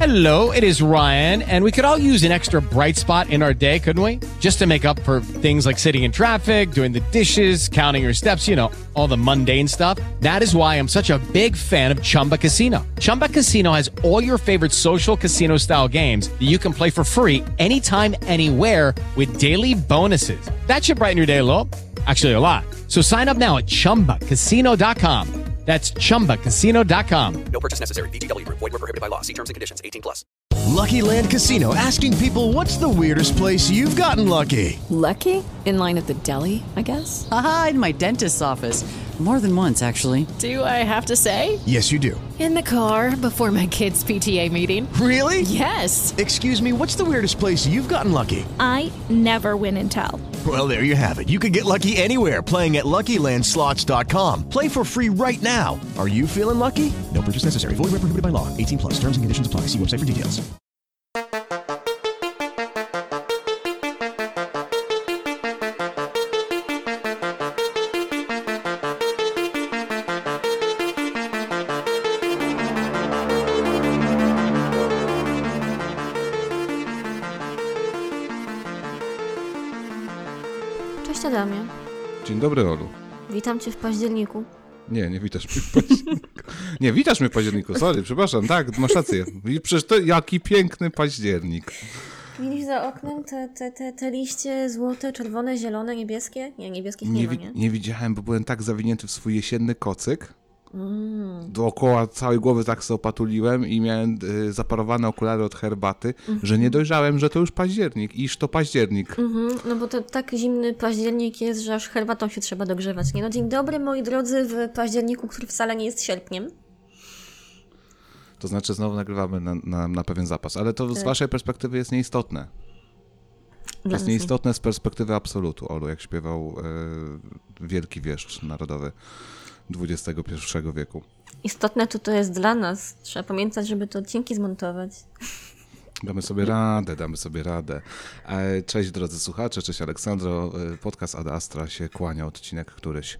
Hello, it is Ryan, and we could all use an extra bright spot in our day, couldn't we? Just to make up for things like sitting in traffic, doing the dishes, counting your steps, you know, all the mundane stuff. That is why I'm such a big fan of Chumba Casino. Chumba Casino has all your favorite social casino-style games that you can play for free anytime, anywhere with daily bonuses. That should brighten your day a little. Actually, a lot. So sign up now at ChumbaCasino.com. That's ChumbaCasino.com. No purchase necessary. VGW Group. Void where prohibited by law. See terms and conditions. 18+. Lucky Land Casino, asking people, what's the weirdest place you've gotten lucky? Lucky? In line at the deli, I guess? Aha, in my dentist's office. More than once, actually. Do I have to say? Yes, you do. In the car before my kids' PTA meeting. Really? Yes. Excuse me, what's the weirdest place you've gotten lucky? I never win and tell. Well, there you have it. You can get lucky anywhere, playing at LuckyLandSlots.com. Play for free right now. Are you feeling lucky? No purchase necessary. Void where prohibited by law. 18+. Terms and conditions apply. See website for details. Cześć Adamie. Dzień dobry, Olu. Witam Cię w październiku. Nie witasz mnie w październiku. Nie, witasz mnie w październiku, sorry, przepraszam, tak, masz rację. I przecież to jaki piękny październik. Widzisz za oknem te liście złote, czerwone, zielone, niebieskie? Nie, niebieskich nie ma, nie? Nie widziałem, bo byłem tak zawinięty w swój jesienny kocyk. Dookoła całej głowy tak sobie opatuliłem i miałem zaparowane okulary od herbaty, że nie dojrzałem, że to już październik, iż to październik. No bo to tak zimny październik jest, że aż herbatą się trzeba dogrzewać, nie? No dzień dobry moi drodzy w październiku, który wcale nie jest sierpniem. To znaczy znowu nagrywamy na pewien zapas, ale to z waszej perspektywy jest nieistotne. To jest nieistotne z perspektywy absolutu, Olu, jak śpiewał wielki wieszcz narodowy XXI wieku. Istotne to jest dla nas. Trzeba pamiętać, żeby te odcinki zmontować. Damy sobie radę. Cześć drodzy słuchacze, cześć Aleksandro. Podcast Ad Astra się kłania, odcinek któryś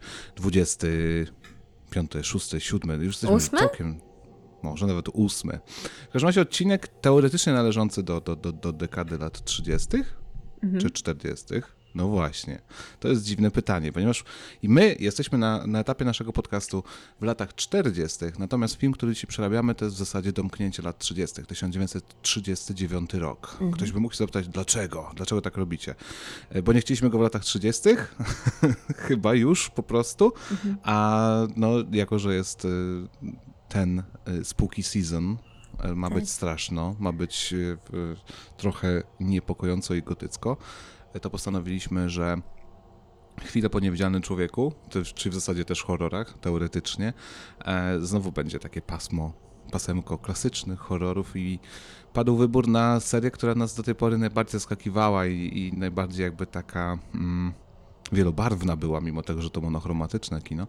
25, 6, 7. Już jesteśmy 8? całkiem, może nawet 8. W każdym razie odcinek teoretycznie należący do dekady lat 30. Czy 40. No właśnie, to jest dziwne pytanie, ponieważ i my jesteśmy na etapie naszego podcastu w latach 40., natomiast film, który dzisiaj przerabiamy, to jest w zasadzie domknięcie lat 30., 1939 rok. Ktoś by mógł się zapytać, dlaczego? Dlaczego tak robicie? Bo nie chcieliśmy go w latach 30., chyba już po prostu, a no jako, że jest ten spooky season, ma być straszno, ma być trochę niepokojąco i gotycko, to postanowiliśmy, że chwilę po Niewidzialnym Człowieku, czyli w zasadzie też horrorach, teoretycznie, znowu będzie takie pasemko klasycznych horrorów i padł wybór na serię, która nas do tej pory najbardziej zaskakiwała i najbardziej jakby taka wielobarwna była, mimo tego, że to monochromatyczne kino.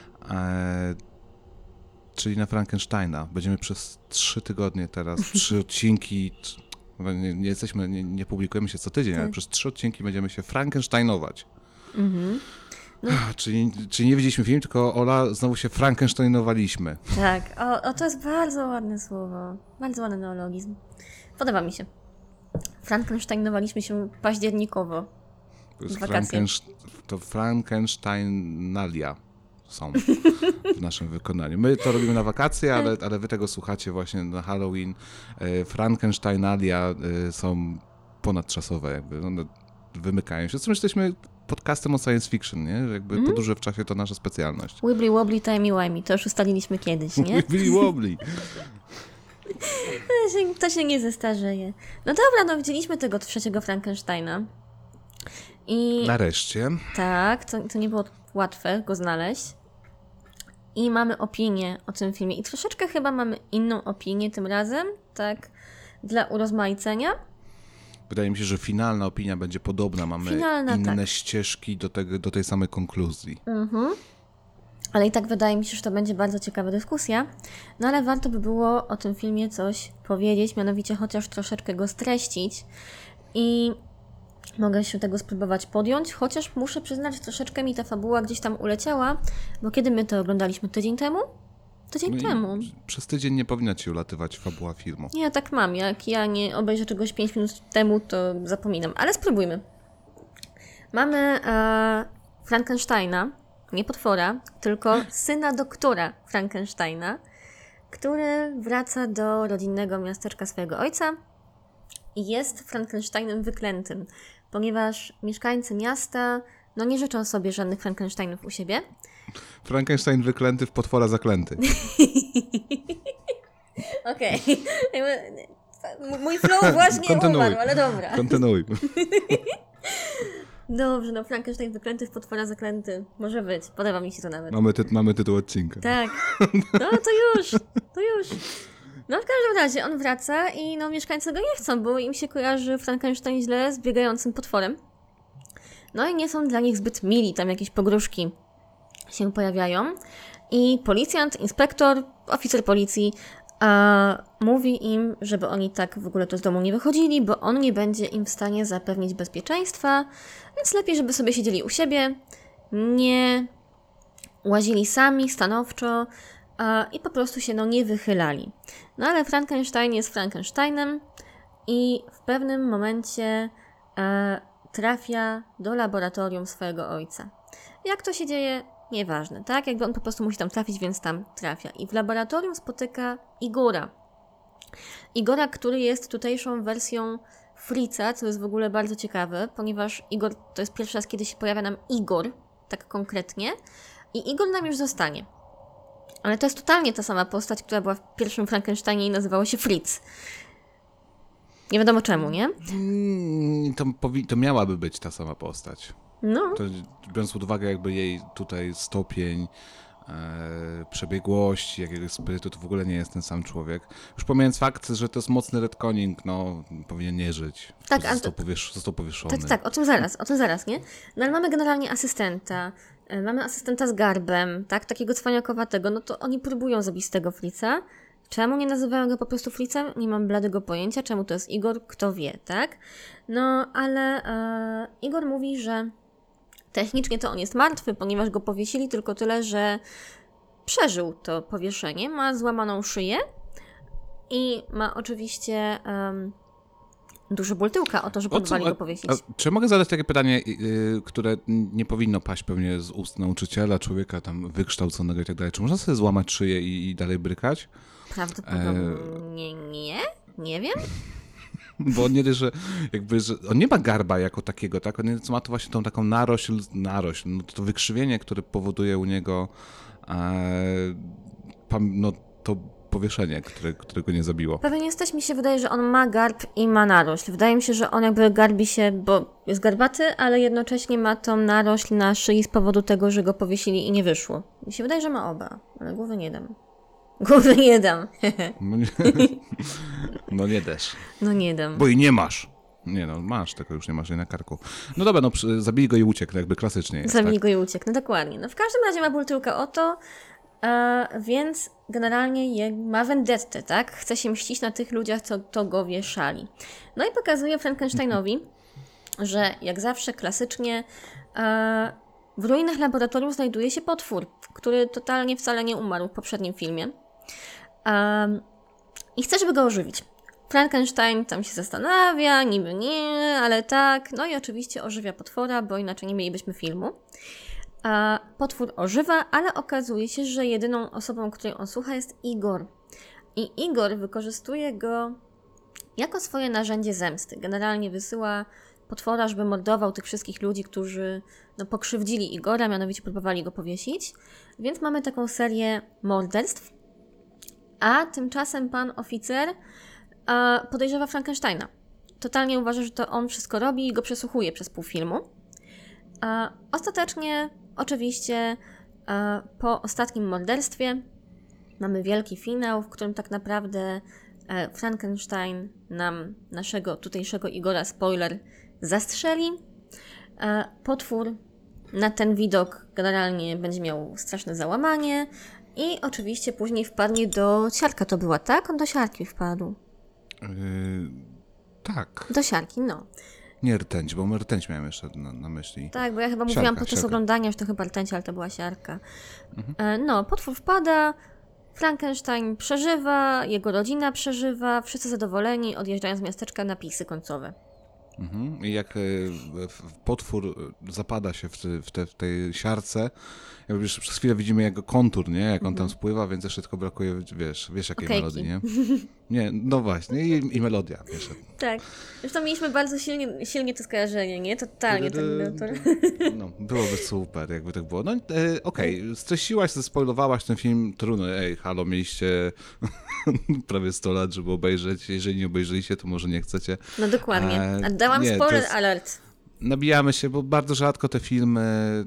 Czyli na Frankensteina. Będziemy przez 3 tygodnie teraz, 3 odcinki, nie publikujemy się co tydzień, ale przez 3 odcinki będziemy się Frankensteinować. No. Czyli nie widzieliśmy film, tylko Ola, znowu się Frankensteinowaliśmy. Tak, to jest bardzo ładne słowo. Bardzo ładny neologizm. Podoba mi się. Frankensteinowaliśmy się październikowo. To jest wakacje. To Frankensteinalia są w naszym wykonaniu. My to robimy na wakacje, ale wy tego słuchacie właśnie na Halloween. Frankensteinalia są ponadczasowe, jakby one wymykają się. Zresztą jesteśmy podcastem o science fiction, nie? Jakby podróże w czasie to nasza specjalność. Wibbly wobbly, timey-wimey. To już ustaliliśmy kiedyś, nie? Wibbly wobbly. To się nie zestarzeje. No dobra, no widzieliśmy tego 3. Frankensteina. I Nareszcie. tak, to nie było łatwe go znaleźć. I mamy opinię o tym filmie. I troszeczkę chyba mamy inną opinię tym razem, tak, dla urozmaicenia. Wydaje mi się, że finalna opinia będzie podobna. Mamy inne ścieżki do tej samej konkluzji. Ale i tak wydaje mi się, że to będzie bardzo ciekawa dyskusja. No ale warto by było o tym filmie coś powiedzieć, mianowicie chociaż troszeczkę go streścić. I mogę się tego spróbować podjąć, chociaż muszę przyznać, że troszeczkę mi ta fabuła gdzieś tam uleciała, bo kiedy my to oglądaliśmy tydzień temu? tydzień temu. Przez tydzień nie powinna ci ulatywać fabuła filmu. Ja tak mam. Jak ja nie obejrzę czegoś 5 minut temu, to zapominam. Ale spróbujmy. Mamy Frankensteina, nie potwora, tylko syna doktora Frankensteina, który wraca do rodzinnego miasteczka swojego ojca i jest Frankensteinem wyklętym, ponieważ mieszkańcy miasta nie życzą sobie żadnych Frankensteinów u siebie. Frankenstein wyklęty w potwora zaklęty. Okej. Mój flow właśnie umarł, ale dobra. Kontynuuj. Dobrze, Frankenstein wyklęty w potwora zaklęty. Może być, podoba mi się to nawet. Mamy tytuł odcinka. Tak. No to już. No w każdym razie on wraca i mieszkańcy go nie chcą, bo im się kojarzy Frankenstein źle z biegającym potworem. No i nie są dla nich zbyt mili, tam jakieś pogróżki się pojawiają. I policjant, inspektor, oficer policji mówi im, żeby oni tak w ogóle to z domu nie wychodzili, bo on nie będzie im w stanie zapewnić bezpieczeństwa, więc lepiej, żeby sobie siedzieli u siebie, nie łazili sami stanowczo i po prostu się nie wychylali. No ale Frankenstein jest Frankensteinem i w pewnym momencie trafia do laboratorium swojego ojca. Jak to się dzieje? Nieważne, tak? Jakby on po prostu musi tam trafić, więc tam trafia. I w laboratorium spotyka Igora. Igora, który jest tutejszą wersją Fritza, co jest w ogóle bardzo ciekawe, ponieważ Igor to jest pierwszy raz, kiedy się pojawia nam Igor, tak konkretnie. I Igor nam już zostanie. Ale to jest totalnie ta sama postać, która była w pierwszym Frankensteinie i nazywała się Fritz. Nie wiadomo czemu, nie? To miałaby być ta sama postać. No. To, biorąc pod uwagę jakby jej tutaj stopień przebiegłości, jakiegoś sprytu, to w ogóle nie jest ten sam człowiek. Już pomijając fakt, że to jest mocny retconning, powinien nie żyć. Tak, został powieszony. Tak, o tym zaraz, nie? No ale mamy generalnie asystenta, mamy asystenta z garbem, tak? Takiego cwaniakowatego, to oni próbują zrobić z tego Fritza. Czemu nie nazywają go po prostu Fritzem? Nie mam bladego pojęcia. Czemu to jest Igor? Kto wie, tak? No, ale Igor mówi, że technicznie to on jest martwy, ponieważ go powiesili, tylko tyle, że przeżył to powieszenie, ma złamaną szyję i ma oczywiście duży ból tyłka o to, że próbowali go powiesić. Czy mogę zadać takie pytanie, które nie powinno paść pewnie z ust nauczyciela, człowieka tam wykształconego i tak dalej. Czy można sobie złamać szyję i dalej brykać? Prawdopodobnie nie wiem. Bo on nie wie, że on nie ma garba jako takiego, tak? On ma to właśnie tą taką narośl, to wykrzywienie, które powoduje u niego to powieszenie, które go nie zabiło. Pewnie mi się wydaje, że on ma garb i ma narośl. Wydaje mi się, że on jakby garbi się, bo jest garbaty, ale jednocześnie ma tą narośl na szyi z powodu tego, że go powiesili i nie wyszło. Mi się wydaje, że ma oba, ale głowy nie dam. Nie dasz. Nie dam. Bo i nie masz. Nie masz, tego już nie masz jej na karku. No dobra, zabili go i uciekł, jakby klasycznie jest. Zabili go i uciekł, dokładnie. W każdym razie ma ból tylko o to, więc generalnie ma vendettę, tak? Chce się mścić na tych ludziach, co to go wieszali. No i pokazuje Frankensteinowi, że jak zawsze klasycznie w ruinach laboratorium znajduje się potwór, który totalnie wcale nie umarł w poprzednim filmie. I chce, żeby go ożywić. Frankenstein tam się zastanawia, niby nie, ale tak. No i oczywiście ożywia potwora, bo inaczej nie mielibyśmy filmu. Potwór ożywa, ale okazuje się, że jedyną osobą, której on słucha, jest Igor. I Igor wykorzystuje go jako swoje narzędzie zemsty. Generalnie wysyła potwora, żeby mordował tych wszystkich ludzi, którzy pokrzywdzili Igora, mianowicie próbowali go powiesić. Więc mamy taką serię morderstw. A tymczasem pan oficer podejrzewa Frankensteina. Totalnie uważa, że to on wszystko robi i go przesłuchuje przez pół filmu. Ostatecznie, oczywiście, po ostatnim morderstwie mamy wielki finał, w którym tak naprawdę Frankenstein nam naszego tutejszego Igora, spoiler, zastrzeli. Potwór na ten widok generalnie będzie miał straszne załamanie i oczywiście później wpadnie do siarka. To była, tak? On do siarki wpadł. Tak. Do siarki, no. Nie rtęć, bo rtęć miałem jeszcze na myśli. Tak, bo ja chyba mówiłam podczas oglądania, że to chyba rtęć, ale to była siarka. No, potwór wpada, Frankenstein przeżywa, jego rodzina przeżywa, wszyscy zadowoleni, odjeżdżają z miasteczka, napisy końcowe. I jak potwór zapada się w tej siarce, jakby już przez chwilę widzimy jego kontur, nie? Jak on tam spływa, więc jeszcze tylko brakuje, wiesz jakiej Okejki. melodii, nie? Nie, no właśnie, i melodia jeszcze. Tak. Zresztą mieliśmy bardzo silnie to skojarzenie, nie? Totalnie. No, byłoby super, jakby tak było. No okej, streściłaś, zaspoilowałaś ten film, trudno, halo, mieliście prawie 100 lat, żeby obejrzeć. Jeżeli nie obejrzyliście, to może nie chcecie. No dokładnie. A dałam nie, spoiler alert. Nabijamy się, bo bardzo rzadko te filmy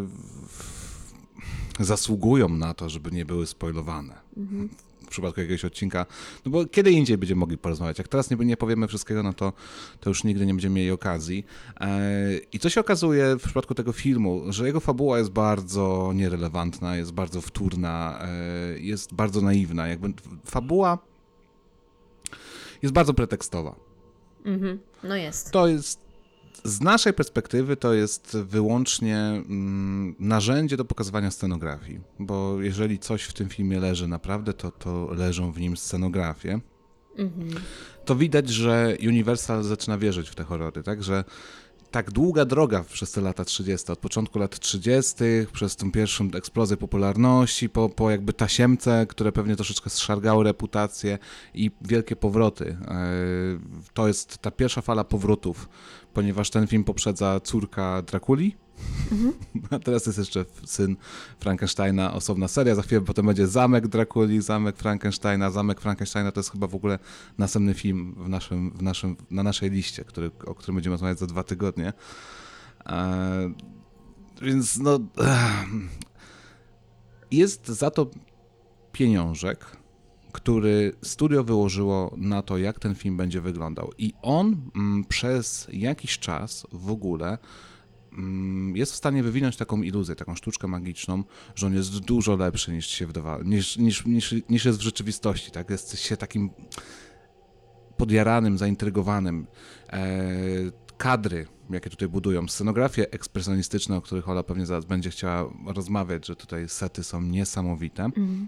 zasługują na to, żeby nie były spoilowane. W przypadku jakiegoś odcinka, no bo kiedy indziej będziemy mogli porozmawiać. Jak teraz nie powiemy wszystkiego, no to już nigdy nie będziemy mieli okazji. I co się okazuje w przypadku tego filmu, że jego fabuła jest bardzo nierelewantna, jest bardzo wtórna, jest bardzo naiwna. Jakby fabuła jest bardzo pretekstowa. No jest. To jest z naszej perspektywy to jest wyłącznie narzędzie do pokazywania scenografii, bo jeżeli coś w tym filmie leży naprawdę, to leżą w nim scenografie. To widać, że Universal zaczyna wierzyć w te horrory, tak, że tak długa droga przez te lata 30, od początku lat 30, przez tą pierwszą eksplozję popularności, po jakby tasiemce, które pewnie troszeczkę zszargały reputację i wielkie powroty. To jest ta pierwsza fala powrotów, ponieważ ten film poprzedza córka Drakuli, a teraz jest jeszcze syn Frankensteina, osobna seria, za chwilę potem będzie Zamek Drakuli, Zamek Frankensteina. Zamek Frankensteina to jest chyba w ogóle następny film na naszej liście, o którym będziemy rozmawiać za 2 tygodnie. Więc no jest za to pieniążek, który studio wyłożyło na to, jak ten film będzie wyglądał. I on przez jakiś czas w ogóle jest w stanie wywinąć taką iluzję, taką sztuczkę magiczną, że on jest dużo lepszy niż się wydawało, niż jest w rzeczywistości, tak? Jest się takim podjaranym, zaintrygowanym. Kadry, jakie tutaj budują, scenografie ekspresjonistyczne, o których Ola pewnie zaraz będzie chciała rozmawiać, że tutaj sety są niesamowite.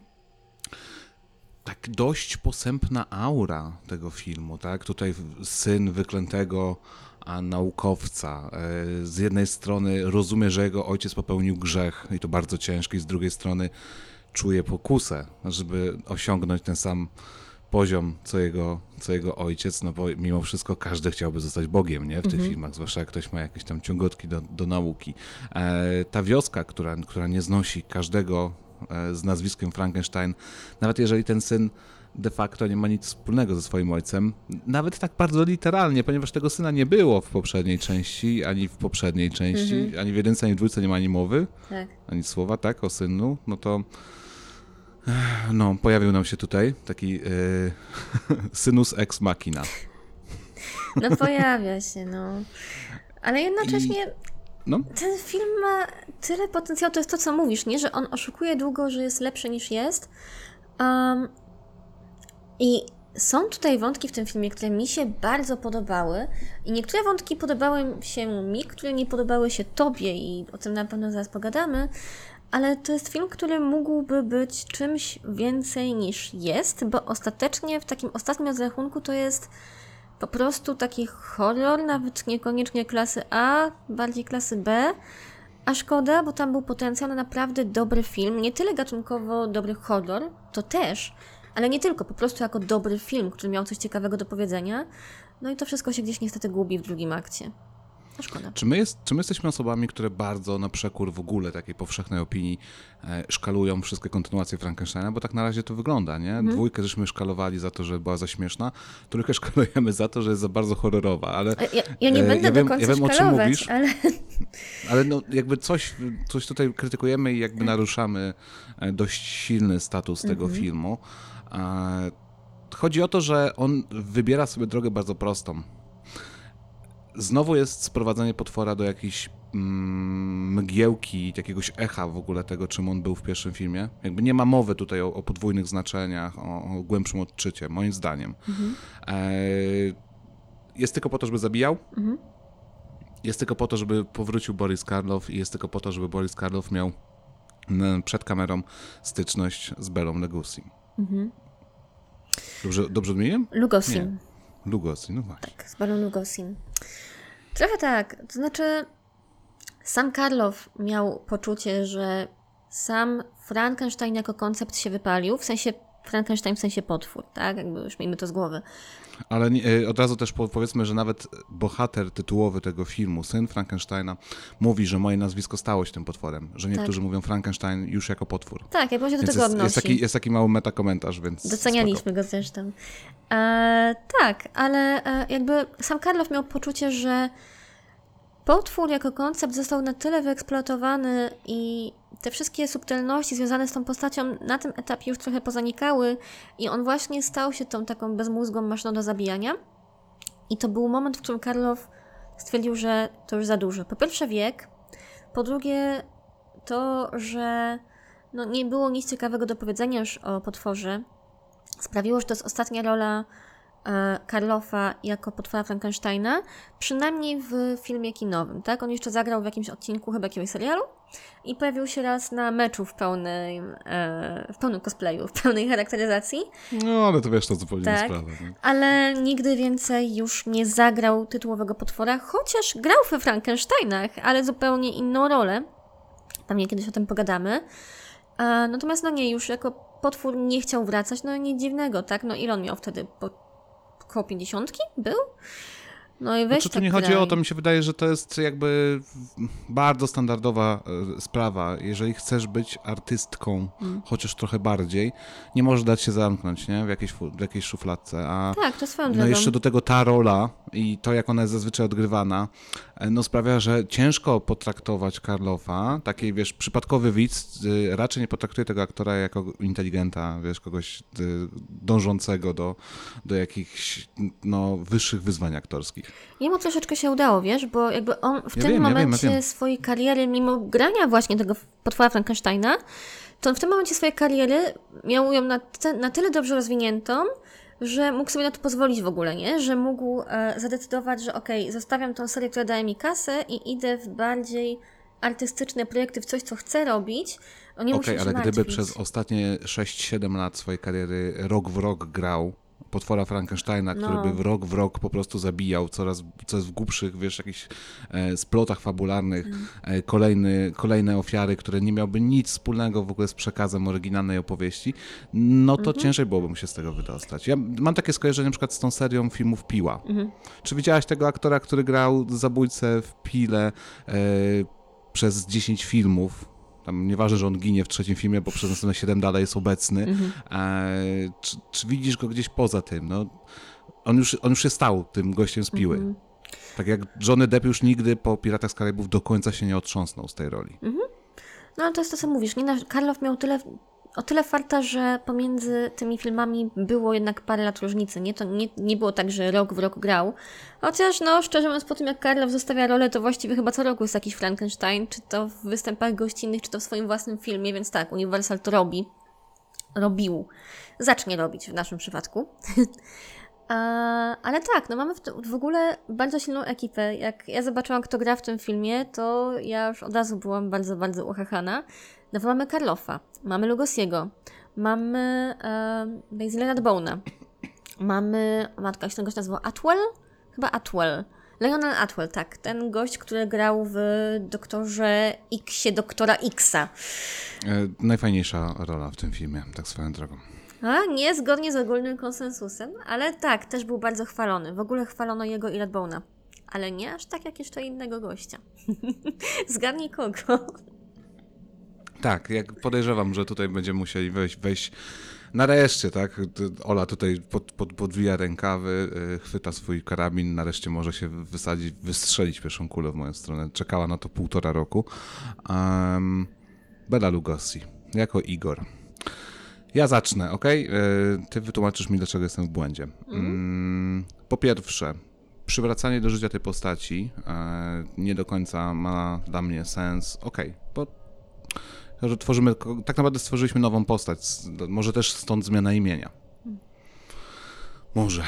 Tak dość posępna aura tego filmu, tak? Tutaj syn wyklętego naukowca. Z jednej strony rozumie, że jego ojciec popełnił grzech i to bardzo ciężki, z drugiej strony czuje pokusę, żeby osiągnąć ten sam poziom, co jego ojciec, no bo mimo wszystko każdy chciałby zostać Bogiem, nie? W tych filmach, zwłaszcza jak ktoś ma jakieś tam ciągotki do nauki. Ta wioska, która nie znosi każdego z nazwiskiem Frankenstein, nawet jeżeli ten syn de facto nie ma nic wspólnego ze swoim ojcem, nawet tak bardzo literalnie, ponieważ tego syna nie było w poprzedniej części, ani w poprzedniej części, ani w 1, ani w 2 nie ma ani mowy, ani słowa, tak, o synu, no to pojawił nam się tutaj taki synus ex machina. No pojawia się, no. Ale jednocześnie ten film ma tyle potencjału, to jest to, co mówisz, nie? Że on oszukuje długo, że jest lepszy niż jest. I są tutaj wątki w tym filmie, które mi się bardzo podobały i niektóre wątki podobały się mi, które nie podobały się tobie i o tym na pewno zaraz pogadamy, ale to jest film, który mógłby być czymś więcej niż jest, bo ostatecznie w takim ostatnim rozrachunku to jest po prostu taki horror, nawet niekoniecznie klasy A, bardziej klasy B, a szkoda, bo tam był potencjał na naprawdę dobry film, nie tyle gatunkowo dobry horror, to też, ale nie tylko, po prostu jako dobry film, który miał coś ciekawego do powiedzenia, no i to wszystko się gdzieś niestety gubi w drugim akcie. A szkoda. Czy my jesteśmy osobami, które bardzo na przekór w ogóle takiej powszechnej opinii szkalują wszystkie kontynuacje Frankensteina, bo tak na razie to wygląda, nie? 2 żeśmy szkalowali za to, że była za śmieszna, 3 szkalujemy za to, że jest za bardzo horrorowa, ale... Ja nie będę do końca wiem, szkalować, o czym mówisz, ale... Ale no jakby coś tutaj krytykujemy i jakby naruszamy dość silny status tego filmu. Chodzi o to, że on wybiera sobie drogę bardzo prostą. Znowu jest sprowadzenie potwora do jakiejś mgiełki, jakiegoś echa w ogóle tego, czym on był w pierwszym filmie. Jakby nie ma mowy tutaj o podwójnych znaczeniach, o głębszym odczycie, moim zdaniem. Jest tylko po to, żeby zabijał. Jest tylko po to, żeby powrócił Boris Karloff i jest tylko po to, żeby Boris Karloff miał przed kamerą styczność z Bellą Lugosi. Dobrze odmieniłem? Lugosi. Nie. Lugosi, no właśnie. Tak, z Bellą Lugosi. Trochę tak, to znaczy sam Karloff miał poczucie, że sam Frankenstein jako koncept się wypalił, w sensie Frankenstein w sensie potwór, tak? Jakby już miejmy to z głowy. Ale od razu też powiedzmy, że nawet bohater tytułowy tego filmu, syn Frankensteina, mówi, że moje nazwisko stało się tym potworem. Że niektórzy mówią Frankenstein już jako potwór. Tak, jak się do więc tego odnosi. Jest taki mały metakomentarz, więc docenialiśmy spoko. go zresztą. Tak, ale jakby sam Karloff miał poczucie, że potwór jako koncept został na tyle wyeksploatowany i te wszystkie subtelności związane z tą postacią na tym etapie już trochę pozanikały i on właśnie stał się tą taką bezmózgą maszyną do zabijania. I to był moment, w którym Karloff stwierdził, że to już za dużo. Po pierwsze wiek, po drugie to, że nie było nic ciekawego do powiedzenia już o potworze. Sprawiło, że to jest ostatnia rola Karloffa jako potwora Frankensteina, przynajmniej w filmie kinowym, tak? On jeszcze zagrał w jakimś odcinku chyba jakiegoś serialu i pojawił się raz na meczu w pełnym cosplayu, w pełnej charakteryzacji. No, ale to wiesz, to zupełnie tak, sprawa. Nie? Ale nigdy więcej już nie zagrał tytułowego potwora, chociaż grał we Frankensteinach, ale zupełnie inną rolę. Pewnie kiedyś o tym pogadamy. Natomiast nie, już jako potwór nie chciał wracać, nic dziwnego, tak? Ile on miał wtedy? Koło 50 był? No i weź tu nie chodzi o to, mi się wydaje, że to jest jakby bardzo standardowa sprawa. Jeżeli chcesz być artystką, chociaż trochę bardziej, nie możesz dać się zamknąć, nie? W jakiejś szufladce. Tak, to swoją drogą. Jeszcze do tego ta rola i to, jak ona jest zazwyczaj odgrywana, sprawia, że ciężko potraktować Karloffa. Taki, przypadkowy widz raczej nie potraktuje tego aktora jako inteligenta, kogoś dążącego do jakichś wyższych wyzwań aktorskich. Jemu troszeczkę się udało, bo jakby on w tym momencie swojej kariery, mimo grania właśnie tego potwora Frankensteina, to on w tym momencie swojej kariery miał ją na tyle dobrze rozwiniętą, że mógł sobie na to pozwolić w ogóle, nie? Że mógł zadecydować, że zostawiam tą serię, która daje mi kasę i idę w bardziej artystyczne projekty, w coś, co chcę robić. Ale gdyby przez ostatnie 6-7 lat swojej kariery rok w rok grał potwora Frankensteina, który by rok w rok po prostu zabijał coraz w głupszych, jakichś splotach fabularnych, kolejne ofiary, które nie miałby nic wspólnego w ogóle z przekazem oryginalnej opowieści, to ciężej byłoby mu się z tego wydostać. Ja mam takie skojarzenie na przykład z tą serią filmów Piła. Czy widziałaś tego aktora, który grał zabójcę w Pile przez 10 filmów? Tam nieważne, że on ginie w 3. filmie, bo przez następne 7 dalej jest obecny. Czy widzisz go gdzieś poza tym? On już się stał tym gościem z Piły. Tak jak Johnny Depp już nigdy po Piratach z Karaibów do końca się nie otrząsnął z tej roli. Ale to jest to, co mówisz. Karloff miał o tyle farta, że pomiędzy tymi filmami było jednak parę lat różnicy. To nie było tak, że rok w rok grał. Chociaż szczerze mówiąc, po tym jak Karloff zostawia rolę, to właściwie chyba co roku jest jakiś Frankenstein, czy to w występach gościnnych, czy to w swoim własnym filmie, więc tak, Universal to robił. Zacznie robić w naszym przypadku. Ale tak, mamy w ogóle bardzo silną ekipę. Jak ja zobaczyłam, kto gra w tym filmie, to ja już od razu byłam bardzo, bardzo uchachana. Mamy Karloffa, mamy Lugosiego, mamy Basilea Rathbone'a, mamy, jak się ten gość nazywał? Atwell? Chyba Atwell. Lionel Atwell, tak. Ten gość, który grał w Doktorze Xie, Doktora Xa. Najfajniejsza rola w tym filmie, tak swoją drogą. Nie zgodnie z ogólnym konsensusem, ale tak, też był bardzo chwalony. W ogóle chwalono jego i Rathbone'a. Ale nie aż tak jak jeszcze innego gościa. Zgadnij kogo. Tak, jak podejrzewam, że tutaj będziemy musieli wejść nareszcie, tak? Ola tutaj podwija rękawy, chwyta swój karabin, nareszcie może się wystrzelić pierwszą kulę w moją stronę. Czekała na to 1,5 roku. Bela Lugosi, jako Igor. Ja zacznę, okej? Ty wytłumaczysz mi, dlaczego jestem w błędzie. Po pierwsze, przywracanie do życia tej postaci nie do końca ma dla mnie sens. Bo że tak naprawdę stworzyliśmy nową postać. Może też stąd zmiana imienia. Może.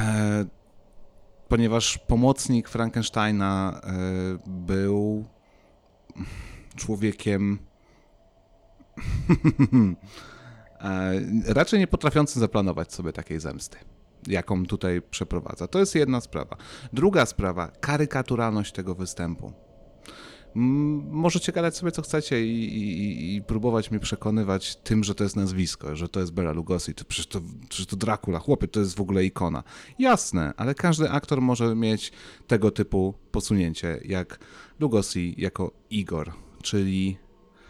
Ponieważ pomocnik Frankensteina był człowiekiem raczej nie potrafiący zaplanować sobie takiej zemsty, jaką tutaj przeprowadza. To jest jedna sprawa. Druga sprawa, karykaturalność tego występu. Możecie gadać sobie co chcecie i próbować mnie przekonywać tym, że to jest nazwisko, że to jest Bela Lugosi, przecież to Dracula, chłopie, to jest w ogóle ikona. Jasne, ale każdy aktor może mieć tego typu posunięcie, jak Lugosi jako Igor, czyli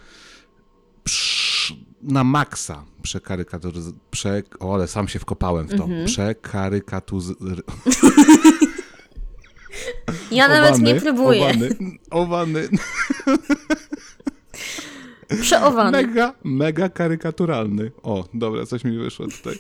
na maksa ale sam się wkopałem w to. Ja nawet nie próbuję. Owany. Przeowany. Mega karykaturalny. O, dobra, coś mi wyszło tutaj.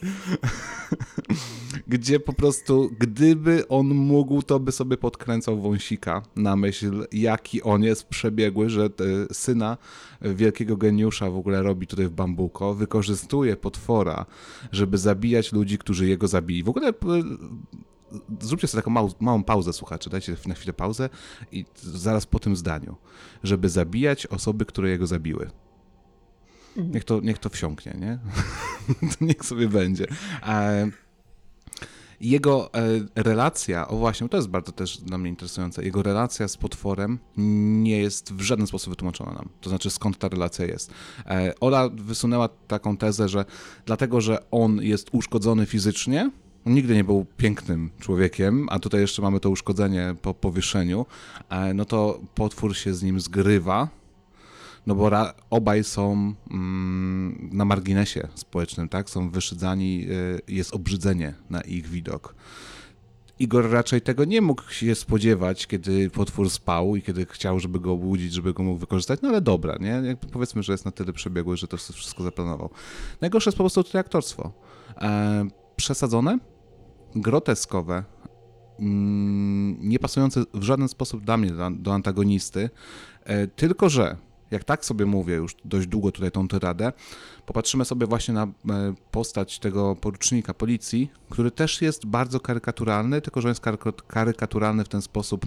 Gdzie po prostu, gdyby on mógł, to by sobie podkręcał wąsika na myśl, jaki on jest przebiegły, że syna wielkiego geniusza w ogóle robi tutaj w Bambuko, wykorzystuje potwora, żeby zabijać ludzi, którzy jego zabili. W ogóle zróbcie sobie taką małą pauzę, słuchacze, dajcie na chwilę pauzę i zaraz po tym zdaniu, żeby zabijać osoby, które jego zabiły. Niech to wsiąknie, nie? To niech sobie będzie. Jego relacja, o właśnie, to jest bardzo też dla mnie interesujące, jego relacja z potworem nie jest w żaden sposób wytłumaczona nam. To znaczy, skąd ta relacja jest. Ola wysunęła taką tezę, że dlatego, że on jest uszkodzony fizycznie, on nigdy nie był pięknym człowiekiem, a tutaj jeszcze mamy to uszkodzenie po powieszeniu, no to potwór się z nim zgrywa, no bo obaj są na marginesie społecznym, tak? Są wyszydzani, jest obrzydzenie na ich widok. Igor raczej tego nie mógł się spodziewać, kiedy potwór spał i kiedy chciał, żeby go obudzić, żeby go mógł wykorzystać, no ale dobra, nie? Jakby powiedzmy, że jest na tyle przebiegły, że to wszystko zaplanował. Najgorsze jest po prostu tutaj aktorstwo. Przesadzone, groteskowe, nie pasujące w żaden sposób dla mnie do antagonisty, tylko że, jak tak sobie mówię już dość długo tutaj tą tyradę, popatrzymy sobie właśnie na postać tego porucznika policji, który też jest bardzo karykaturalny, tylko że jest karykaturalny w ten sposób...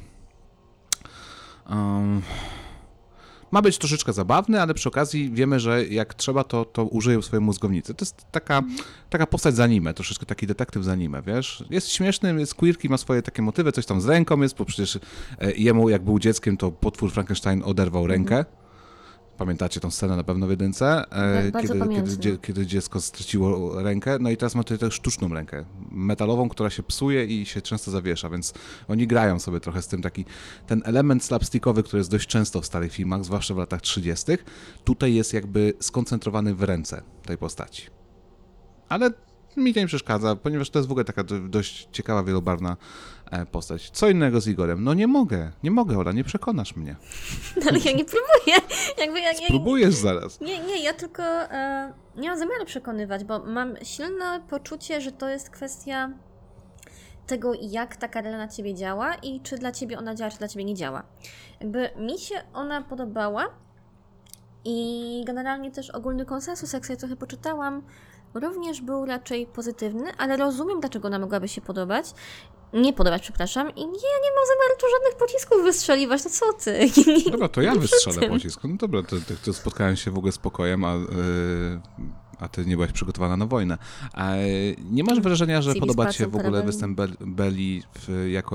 ma być troszeczkę zabawny, ale przy okazji wiemy, że jak trzeba, to użyje swojej mózgownicy. To jest taka postać z anime, troszeczkę taki detektyw z anime, wiesz? Jest śmieszny, jest queerki, ma swoje takie motywy, coś tam z ręką jest, bo przecież jemu, jak był dzieckiem, to potwór Frankenstein oderwał rękę. Pamiętacie tą scenę na pewno w jedynce, kiedy dziecko straciło rękę, no i teraz ma tutaj też sztuczną rękę, metalową, która się psuje i się często zawiesza, więc oni grają sobie trochę z tym, ten element slapstickowy, który jest dość często w starych filmach, zwłaszcza w latach 30., tutaj jest jakby skoncentrowany w ręce tej postaci. Ale mi to nie przeszkadza, ponieważ to jest w ogóle taka dość ciekawa, wielobarwna postać. Co innego z Igorem? No nie mogę, Ola, nie przekonasz mnie. No, ale ja nie próbuję. Spróbujesz zaraz. Nie, ja tylko nie mam zamiaru przekonywać, bo mam silne poczucie, że to jest kwestia tego, jak taka rela na ciebie działa i czy dla ciebie ona działa, czy dla ciebie nie działa. Jakby mi się ona podobała i generalnie też ogólny konsensus, jak sobie trochę poczytałam, również był raczej pozytywny, ale rozumiem, dlaczego ona mogłaby się podobać. Nie podobać, przepraszam. I nie mam zamiaru tu żadnych pocisków wystrzeliwać, no co ty? Dobra, to ja wystrzelę pocisk. No dobra, to spotkałem się w ogóle z pokojem, a ty nie byłaś przygotowana na wojnę. Nie masz wrażenia, że podoba ci się w ogóle występ Beli jako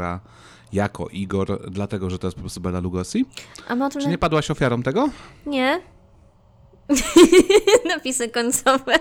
Igor, dlatego, że to jest po prostu Bela Lugosi? Czy nie padłaś ofiarą tego? Nie. Napisy końcowe.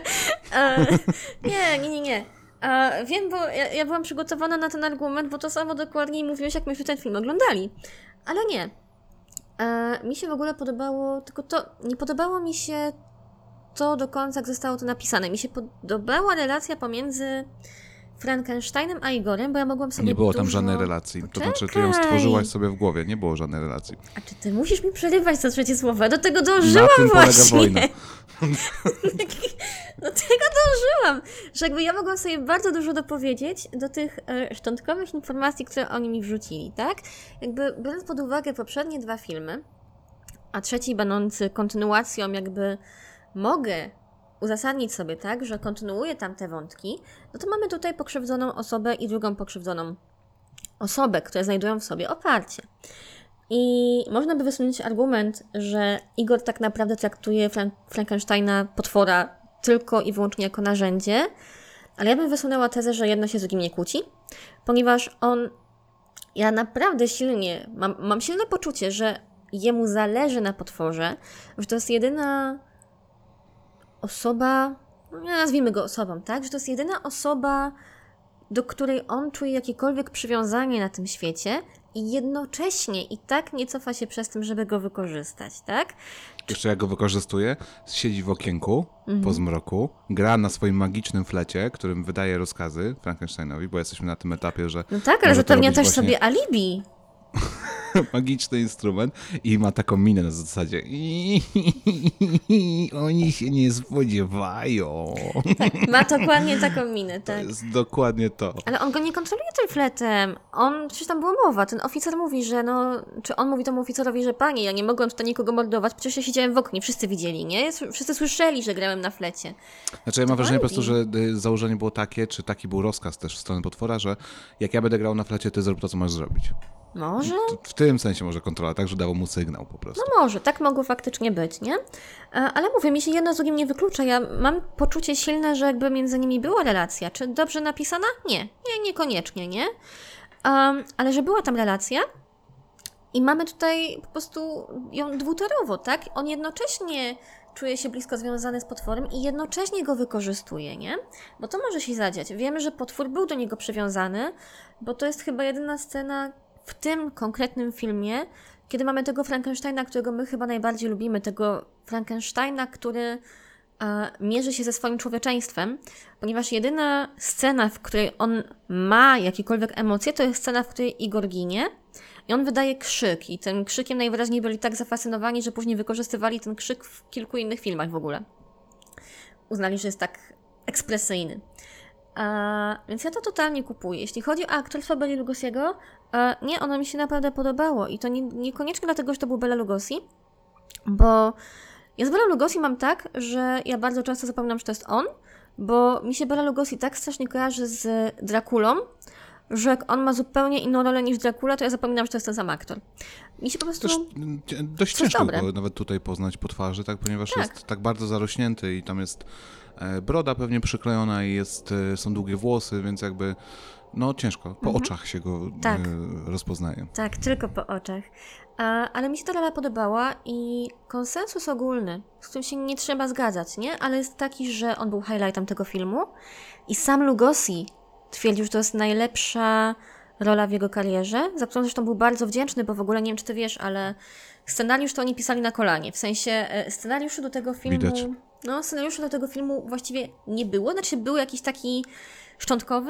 Nie. Wiem, bo ja byłam przygotowana na ten argument, bo to samo dokładnie mówiłeś, jak myśmy ten film oglądali. Ale nie. Mi się w ogóle podobało, tylko to nie podobało mi się to do końca, jak zostało to napisane. Mi się podobała relacja pomiędzy Frankensteinem a Igorem, bo ja mogłam sobie nie było tam żadnej relacji. To znaczy, ty ją stworzyłaś sobie w głowie. Nie było żadnej relacji. A czy ty musisz mi przerywać co trzecie słowo? Do tego dążyłam właśnie. Na tym właśnie. polega wojna. Do tego dążyłam, że jakby ja mogłam sobie bardzo dużo dopowiedzieć do tych szczątkowych informacji, które oni mi wrzucili, tak? Jakby biorąc pod uwagę poprzednie 2 filmy, a trzeci będący kontynuacją, jakby mogę uzasadnić sobie tak, że kontynuuję tamte wątki, no to mamy tutaj pokrzywdzoną osobę i drugą pokrzywdzoną osobę, które znajdują w sobie oparcie. I można by wysunąć argument, że Igor tak naprawdę traktuje Frankensteina, potwora, tylko i wyłącznie jako narzędzie, ale ja bym wysunęła tezę, że jedno się z drugim nie kłóci, ponieważ ja naprawdę mam silne poczucie, że jemu zależy na potworze, że to jest jedyna osoba, nazwijmy go osobą, tak? Że to jest jedyna osoba, do której on czuje jakiekolwiek przywiązanie na tym świecie i jednocześnie i tak nie cofa się przez tym, żeby go wykorzystać, tak? Jeszcze jak go wykorzystuje, siedzi w okienku po zmroku, gra na swoim magicznym flecie, którym wydaje rozkazy Frankensteinowi, bo jesteśmy na tym etapie, że... No tak, ale zapewnia też sobie alibi. Magiczny instrument i ma taką minę na zasadzie oni się nie spodziewają. Tak, ma dokładnie taką minę, tak. To jest dokładnie to. Ale on go nie kontroluje tym fletem. Przecież tam była mowa, ten oficer mówi, że czy on mówi temu oficerowi, że panie, ja nie mogłem tutaj nikogo mordować, przecież ja siedziałem w oknie, wszyscy widzieli, nie? Wszyscy słyszeli, że grałem na flecie. Znaczy ja mam wrażenie po prostu, że założenie było takie, czy taki był rozkaz też w stronę potwora, że jak ja będę grał na flecie, ty zrób to, co masz zrobić. Może? W tym sensie może kontrola, tak, że dało mu sygnał po prostu. No może, tak mogło faktycznie być, nie? Ale mówię, mi się jedno z drugim nie wyklucza. Ja mam poczucie silne, że jakby między nimi była relacja. Czy dobrze napisana? Nie, niekoniecznie, nie? Ale że była tam relacja i mamy tutaj po prostu ją dwutorowo, tak? On jednocześnie czuje się blisko związany z potworem i jednocześnie go wykorzystuje, nie? Bo to może się zadziać. Wiemy, że potwór był do niego przywiązany, bo to jest chyba jedyna scena w tym konkretnym filmie, kiedy mamy tego Frankensteina, którego my chyba najbardziej lubimy, tego Frankensteina, który mierzy się ze swoim człowieczeństwem, ponieważ jedyna scena, w której on ma jakiekolwiek emocje, to jest scena, w której Igor ginie i on wydaje krzyk i tym krzykiem najwyraźniej byli tak zafascynowani, że później wykorzystywali ten krzyk w kilku innych filmach w ogóle. Uznali, że jest tak ekspresyjny. Więc ja to totalnie kupuję. Jeśli chodzi o aktorstwo Beli Lugosiego, nie, ono mi się naprawdę podobało i to niekoniecznie dlatego, że to był Bela Lugosi, bo ja z Belą Lugosi mam tak, że ja bardzo często zapominam, że to jest on, bo mi się Bela Lugosi tak strasznie kojarzy z Drakulą, że jak on ma zupełnie inną rolę niż Dracula, to ja zapominam, że to jest ten sam aktor. Mi się po prostu... Też dość ciężko go nawet tutaj poznać po twarzy, tak, ponieważ jest tak bardzo zarośnięty i tam jest broda pewnie przyklejona i są długie włosy, więc jakby ciężko. Po oczach się go rozpoznaje. Tak, tylko po oczach. Ale mi się ta rola podobała i konsensus ogólny, z którym się nie trzeba zgadzać, nie? Ale jest taki, że on był highlightem tego filmu i sam Lugosi twierdził, że to jest najlepsza rola w jego karierze, za którą zresztą był bardzo wdzięczny, bo w ogóle nie wiem, czy ty wiesz, ale scenariusz to oni pisali na kolanie. W sensie scenariuszu do tego filmu... Widać. Scenariuszu do tego filmu właściwie nie było, znaczy był jakiś taki szczątkowy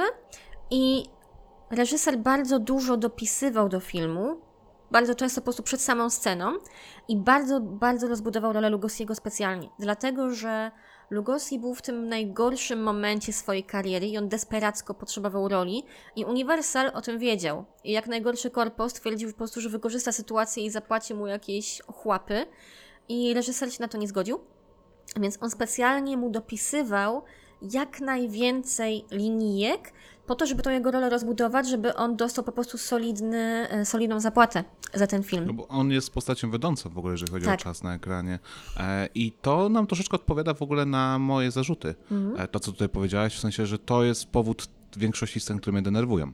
i reżyser bardzo dużo dopisywał do filmu, bardzo często po prostu przed samą sceną i bardzo, bardzo rozbudował rolę Lugosiego specjalnie, dlatego, że Lugosi był w tym najgorszym momencie swojej kariery i on desperacko potrzebował roli i Universal o tym wiedział. I jak najgorszy korpo stwierdził po prostu, że wykorzysta sytuację i zapłaci mu jakieś ochłapy i reżyser się na to nie zgodził, więc on specjalnie mu dopisywał jak najwięcej linijek po to, żeby tą jego rolę rozbudować, żeby on dostał po prostu solidną zapłatę za ten film. No bo on jest postacią wiodącą w ogóle, jeżeli chodzi o czas na ekranie. I to nam troszeczkę odpowiada w ogóle na moje zarzuty. To, co tutaj powiedziałaś, w sensie, że to jest powód większości scen, które mnie denerwują.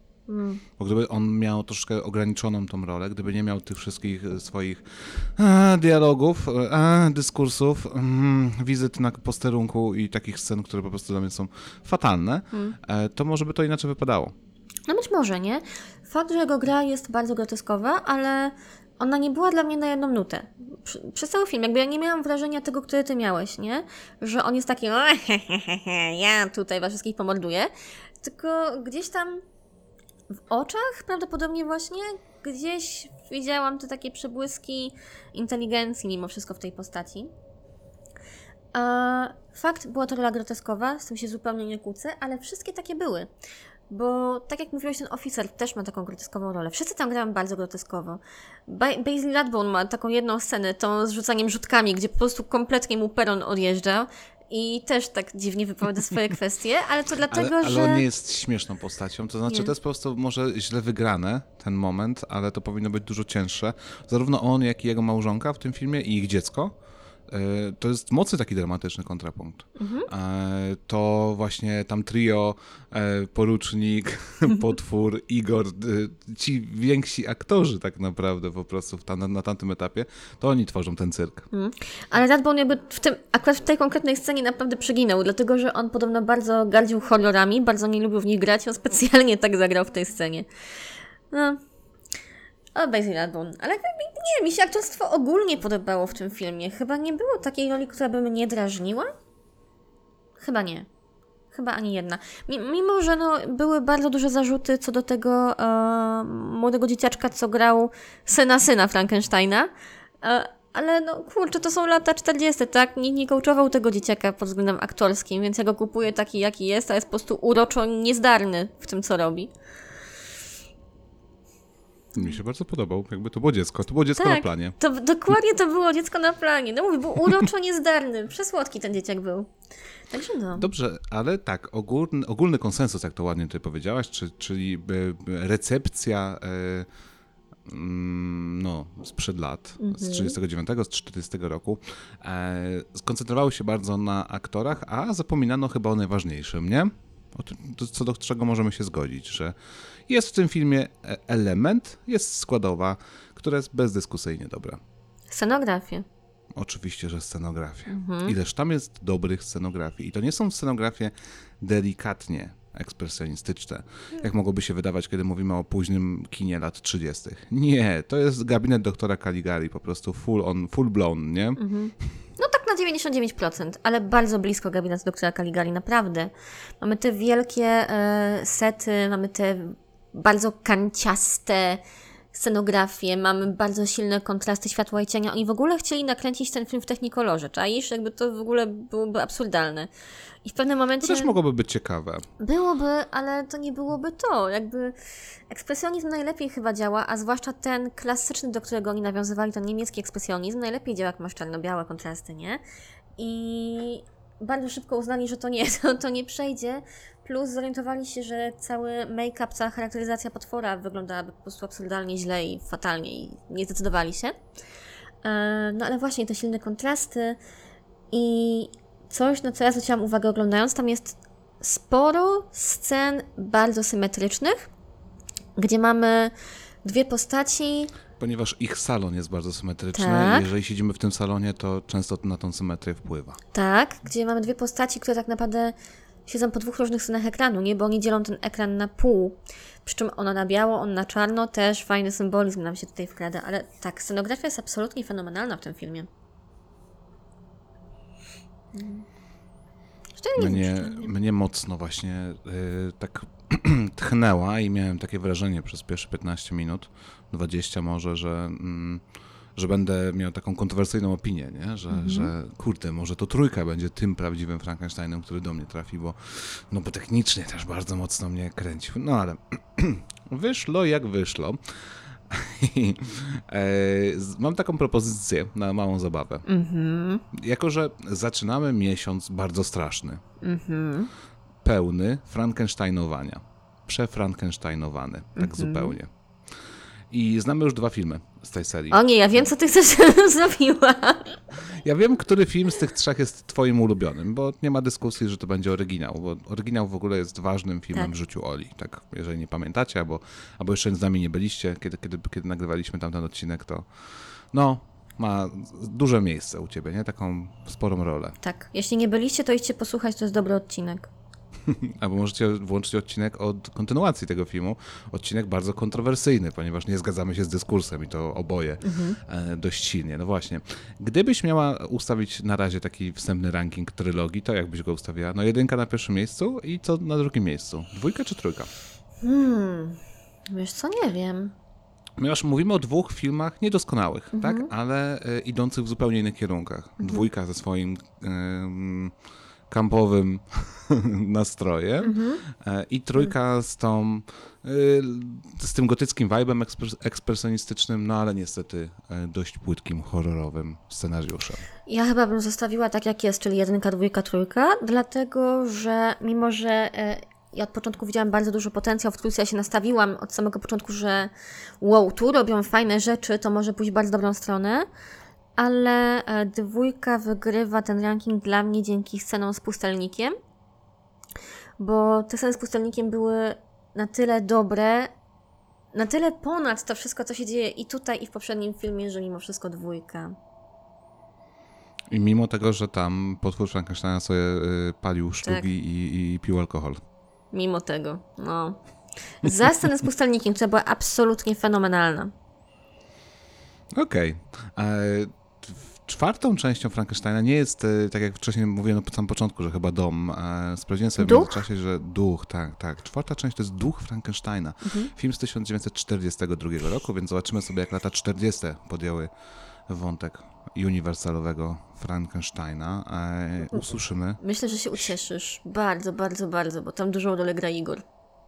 Bo gdyby on miał troszkę ograniczoną tą rolę, gdyby nie miał tych wszystkich swoich dialogów, dyskursów, wizyt na posterunku i takich scen, które po prostu dla mnie są fatalne, to może by to inaczej wypadało. No być może, nie? Fakt, że jego gra jest bardzo groteskowa, ale ona nie była dla mnie na jedną nutę. Przez cały film, jakby ja nie miałam wrażenia tego, które ty miałeś, nie? Że on jest taki, ja tutaj was wszystkich pomorduję, tylko gdzieś tam w oczach prawdopodobnie właśnie gdzieś widziałam te takie przebłyski inteligencji mimo wszystko w tej postaci. Fakt, była to rola groteskowa, z tym się zupełnie nie kłócę, ale wszystkie takie były. Bo tak jak mówiłeś, ten oficer też ma taką groteskową rolę. Wszyscy tam grają bardzo groteskowo. Basil Rathbone ma taką jedną scenę, tą z rzucaniem rzutkami, gdzie po prostu kompletnie mu peron odjeżdża. i też tak dziwnie wypowiada swoje kwestie, ale to dlatego, ale że... on nie jest śmieszną postacią, to znaczy Nie. to jest po prostu może źle wygrane ten moment, ale to powinno być dużo cięższe. Zarówno on, jak i jego małżonka w tym filmie i ich dziecko. To jest mocny taki dramatyczny kontrapunkt. To właśnie tam trio, porucznik, potwór, Igor, ci więksi aktorzy tak naprawdę po prostu na tamtym etapie, to oni tworzą ten cyrk. Ale Rathbone jakby akurat w tej konkretnej scenie naprawdę przeginął, dlatego że on podobno bardzo gardził horrorami, bardzo nie lubił w nich grać, on specjalnie tak zagrał w tej scenie. No... Basil Rathbone. Ale nie, mi się aktorstwo ogólnie podobało w tym filmie. Chyba nie było takiej roli, która by mnie drażniła? Chyba nie. Chyba ani jedna. Mimo, że były bardzo duże zarzuty co do tego młodego dzieciaczka, co grał syna Frankensteina. Ale kurczę, to są lata 40, tak? Nikt nie coachował tego dzieciaka pod względem aktorskim, więc ja go kupuję taki, jaki jest, a jest po prostu uroczo niezdarny w tym, co robi. Mi się bardzo podobał, jakby to było dziecko Tak, na planie. Dokładnie to było dziecko na planie. No mówię, był uroczo niezdarny, przesłodki ten dzieciak był. Także Dobrze, ale tak, ogólny konsensus, jak to ładnie ty powiedziałaś, czyli recepcja sprzed lat, z 39, z 40 roku, skoncentrowały się bardzo na aktorach, a zapominano chyba o najważniejszym, nie? O tym, co do czego możemy się zgodzić, że jest w tym filmie element, jest składowa, która jest bezdyskusyjnie dobra. Scenografię. Oczywiście, że scenografię. Ileż tam jest dobrych scenografii. I to nie są scenografie delikatnie ekspresjonistyczne, jak mogłoby się wydawać, kiedy mówimy o późnym kinie lat 30. Nie, to jest gabinet doktora Caligari, po prostu full blown, nie? No tak na 99%, ale bardzo blisko gabinetu doktora Caligari, naprawdę. Mamy te wielkie sety, mamy te bardzo kanciaste scenografie, mamy bardzo silne kontrasty światła i cienia. Oni w ogóle chcieli nakręcić ten film w technikolorze, czaisz? Jakby to w ogóle byłoby absurdalne. I w pewnym momencie... To też mogłoby być ciekawe. Byłoby, ale to nie byłoby to. Jakby ekspresjonizm najlepiej chyba działa, a zwłaszcza ten klasyczny, do którego oni nawiązywali, ten niemiecki ekspresjonizm, najlepiej działa, jak masz czarno-białe kontrasty, nie? I bardzo szybko uznali, że to nie przejdzie, plus zorientowali się, że cały make-up, cała charakteryzacja potwora wyglądałaby po prostu absurdalnie źle i fatalnie i nie zdecydowali się. No ale właśnie te silne kontrasty i coś, na co ja zwróciłam uwagę oglądając, tam jest sporo scen bardzo symetrycznych, gdzie mamy dwie postaci. Ponieważ ich salon jest bardzo symetryczny Tak. i jeżeli siedzimy w tym salonie, to często na tą symetrię wpływa. Tak, gdzie mamy dwie postaci, które tak naprawdę siedzą po dwóch różnych stronach ekranu, nie? Bo oni dzielą ten ekran na pół. Przy czym ona na biało, on na czarno, też fajny symbolizm nam się tutaj wkrada, ale tak, scenografia jest absolutnie fenomenalna w tym filmie. Mnie mocno właśnie tak tchnęła i miałem takie wrażenie przez pierwsze 15 minut, 20 może, że będę miał taką kontrowersyjną opinię, nie? Że kurde, może to trójka będzie tym prawdziwym Frankensteinem, który do mnie trafi, bo technicznie też bardzo mocno mnie kręcił. No ale wyszło jak wyszło. Mam taką propozycję na małą zabawę. Jako że zaczynamy miesiąc bardzo straszny, pełny frankensteinowania, przefrankensteinowany, tak zupełnie. I znamy już 2 filmy z tej serii. O nie, ja wiem, co ty chcesz zrobiła. Ja wiem, który film z tych 3 jest twoim ulubionym, bo nie ma dyskusji, że to będzie oryginał, bo oryginał w ogóle jest ważnym filmem w życiu Oli. Tak, jeżeli nie pamiętacie, albo jeszcze z nami nie byliście, kiedy nagrywaliśmy tamten odcinek, to ma duże miejsce u ciebie, nie? Taką sporą rolę. Tak, jeśli nie byliście, to idźcie posłuchać, to jest dobry odcinek. Albo możecie włączyć odcinek od kontynuacji tego filmu. Odcinek bardzo kontrowersyjny, ponieważ nie zgadzamy się z dyskursem i to oboje dość silnie. No właśnie. Gdybyś miała ustawić na razie taki wstępny ranking trylogii, to jak byś go ustawiła? 1 na pierwszym miejscu i co na drugim miejscu? 2 czy 3? Wiesz co, nie wiem. Ponieważ mówimy o 2 filmach niedoskonałych, tak? Ale idących w zupełnie innych kierunkach. 2 ze swoim kampowym nastrojem i trójka z tym gotyckim vibe'em ekspresjonistycznym, no ale niestety dość płytkim, horrorowym scenariuszem. Ja chyba bym zostawiła tak jak jest, czyli 1, 2, 3, dlatego że mimo, że ja od początku widziałam bardzo duży potencjał, w trójce ja się nastawiłam od samego początku, że wow, tu robią fajne rzeczy, to może pójść w bardzo dobrą stronę, ale 2 wygrywa ten ranking dla mnie dzięki scenom z pustelnikiem, bo te sceny z pustelnikiem były na tyle dobre, na tyle ponad to wszystko, co się dzieje i tutaj, i w poprzednim filmie, że mimo wszystko 2. I mimo tego, że tam potwór Frankensteina sobie palił szlugi i pił alkohol. Mimo tego, no. Za scenę z pustelnikiem, która była absolutnie fenomenalna. Okej. Czwartą częścią Frankensteina nie jest, tak jak wcześniej mówiłem na samym początku, że chyba dom. Sprawdziłem sobie w międzyczasie, że duch, tak. Czwarta część to jest Duch Frankensteina. Film z 1942 roku, więc zobaczymy sobie, jak lata 40. podjęły wątek uniwersalowego Frankensteina. Usłyszymy. Myślę, że się ucieszysz. Bardzo, bardzo, bardzo, bo tam dużą rolę gra Igor.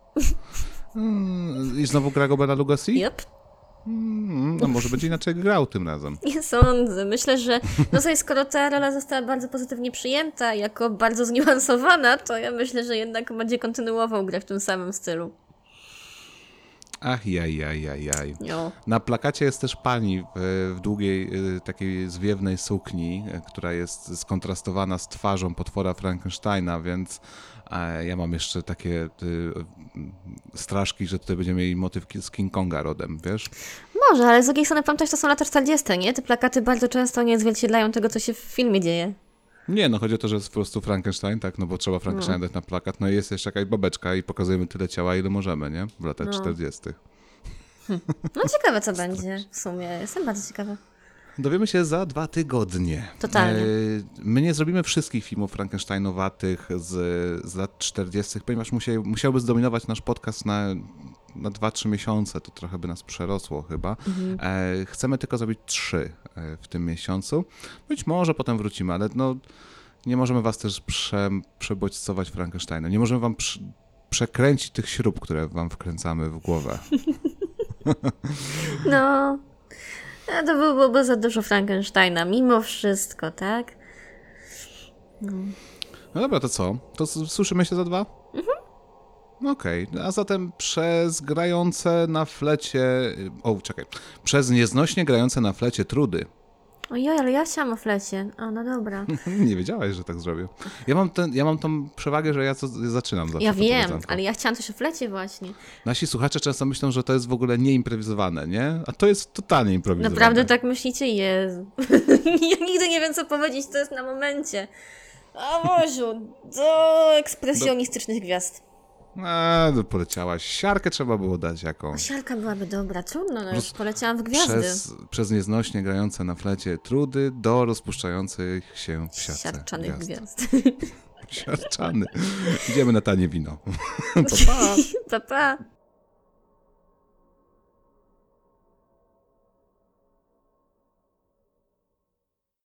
I znowu gra go Bela Lugosi? Yep. No może będzie inaczej grał tym razem. Nie sądzę. Myślę, że skoro ta rola została bardzo pozytywnie przyjęta, jako bardzo zniuansowana, to ja myślę, że jednak będzie kontynuował grę w tym samym stylu. Ach, jaj. Jo. Na plakacie jest też pani w długiej, takiej zwiewnej sukni, która jest skontrastowana z twarzą potwora Frankensteina, więc ja mam jeszcze takie straszki, że tutaj będziemy mieli motyw z King Konga rodem, wiesz? Może, ale z drugiej strony pamiętaj, że to są lata 40, nie? Te plakaty bardzo często nie odzwierciedlają tego, co się w filmie dzieje. Nie, no chodzi o to, że jest po prostu Frankenstein, tak, no bo trzeba Frankensteina dać na plakat, no i jest jeszcze jakaś babeczka i pokazujemy tyle ciała, ile możemy, nie? W latach 40. No ciekawe, co będzie w sumie. Jestem bardzo ciekawa. Dowiemy się za 2 tygodnie. Totalnie. My nie zrobimy wszystkich filmów frankensteinowatych z lat 40., ponieważ musiałby zdominować nasz podcast na 2-3 miesiące, to trochę by nas przerosło chyba. Chcemy tylko zrobić 3 w tym miesiącu. Być może potem wrócimy, ale no nie możemy was też przebodźcować Frankensteinem. Nie możemy wam przekręcić tych śrub, które wam wkręcamy w głowę. No, to byłoby za dużo Frankensteina, mimo wszystko, tak? No dobra, to co? To słyszymy się za 2? Okej, a zatem przez grające na flecie... Przez nieznośnie grające na flecie trudy. Ojoj, ale ja chciałam o flecie. O, no dobra. Nie wiedziałaś, że tak zrobię. Ja mam tą przewagę, że ja zaczynam zawsze. Ja wiem, ale ja chciałam też o flecie właśnie. Nasi słuchacze często myślą, że to jest w ogóle nieimprowizowane, nie? A to jest totalnie improwizowane. Naprawdę tak myślicie? Jezu. Ja nigdy nie wiem, co powiedzieć, to jest na momencie. O Boziu, do ekspresjonistycznych gwiazd. Poleciałaś. Siarkę trzeba było dać jakąś. Siarka byłaby dobra, trudno, no już poleciałam w gwiazdy. Przez nieznośnie grające na flecie trudy do rozpuszczających się w siatce siarczanych gwiazd. Siarczany. Idziemy na tanie wino. Pa, pa.